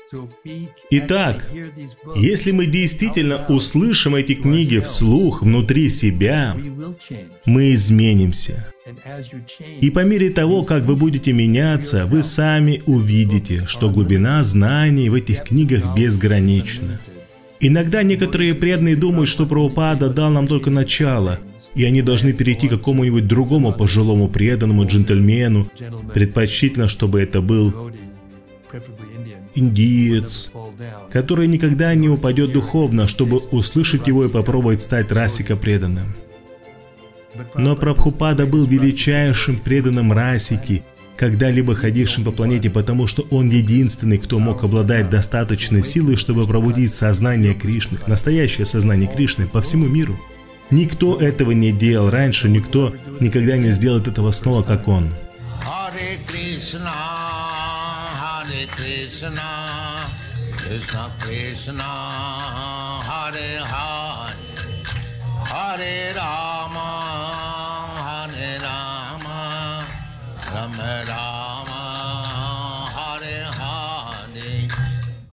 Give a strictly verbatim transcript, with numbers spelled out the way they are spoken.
Итак, если мы действительно услышим эти книги вслух внутри себя, мы изменимся. И по мере того, как вы будете меняться, вы сами увидите, что глубина знаний в этих книгах безгранична. Иногда некоторые преданные думают, что Прабхупада дал нам только начало, и они должны перейти к какому-нибудь другому пожилому преданному джентльмену. Предпочтительно, чтобы это был индиец, который никогда не упадет духовно, чтобы услышать его и попробовать стать расика преданным. Но Прабхупада был величайшим преданным расики, когда-либо ходившим по планете, потому что он единственный, кто мог обладать достаточной силой, чтобы пробудить сознание Кришны, настоящее сознание Кришны по всему миру. Никто этого не делал раньше, никто никогда не сделает этого снова, как он. Hare Rama, Hare Rama, Rama Rama.